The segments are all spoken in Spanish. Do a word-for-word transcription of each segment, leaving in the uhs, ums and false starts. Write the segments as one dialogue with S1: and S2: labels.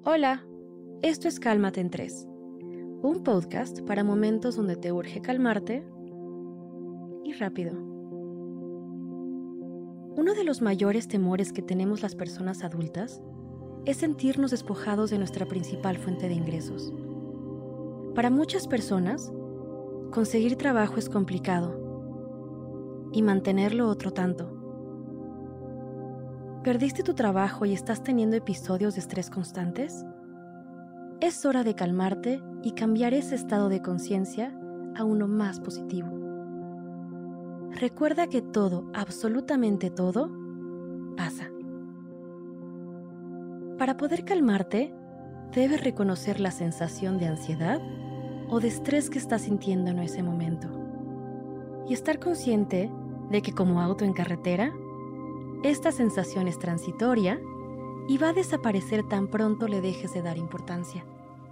S1: Hola, esto es Cálmate en tres, un podcast para momentos donde te urge calmarte y rápido. Uno de los mayores temores que tenemos las personas adultas es sentirnos despojados de nuestra principal fuente de ingresos. Para muchas personas, conseguir trabajo es complicado y mantenerlo otro tanto. ¿Perdiste tu trabajo y estás teniendo episodios de estrés constantes? Es hora de calmarte y cambiar ese estado de conciencia a uno más positivo. Recuerda que todo, absolutamente todo, pasa. Para poder calmarte, debes reconocer la sensación de ansiedad o de estrés que estás sintiendo en ese momento y estar consciente de que como auto en carretera, esta sensación es transitoria y va a desaparecer tan pronto le dejes de dar importancia.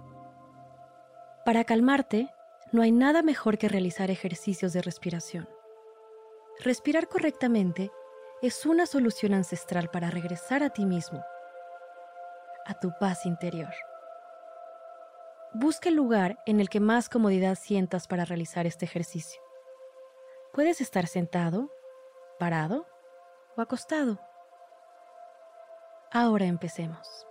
S1: Para calmarte, no hay nada mejor que realizar ejercicios de respiración. Respirar correctamente es una solución ancestral para regresar a ti mismo, a tu paz interior. Busca el lugar en el que más comodidad sientas para realizar este ejercicio. Puedes estar sentado, parado o acostado. Ahora empecemos.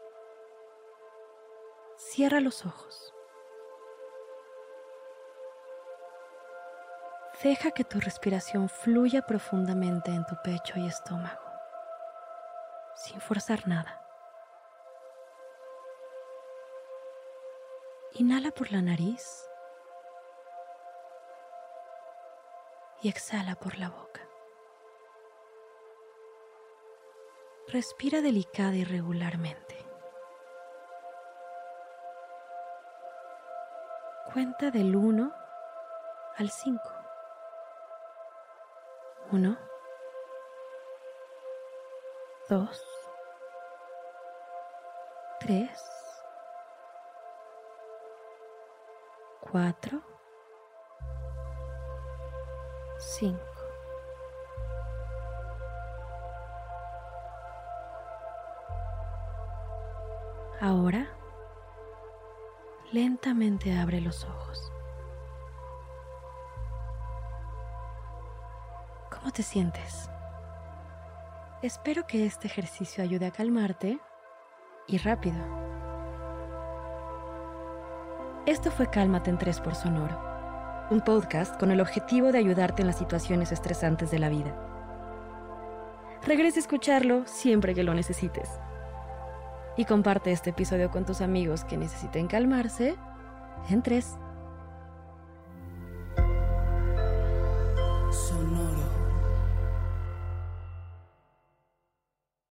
S1: Cierra los ojos. Deja que tu respiración fluya profundamente en tu pecho y estómago, sin forzar nada. Inhala por la nariz y exhala por la boca. Respira delicada y regularmente. Cuenta del uno al cinco. uno, dos, tres, cuatro, cinco. Ahora, lentamente abre los ojos. ¿Cómo te sientes? Espero que este ejercicio ayude a calmarte y rápido. Esto fue Cálmate en tres por Sonoro, un podcast con el objetivo de ayudarte en las situaciones estresantes de la vida. Regresa a escucharlo siempre que lo necesites. Y comparte este episodio con tus amigos que necesiten calmarse en tres.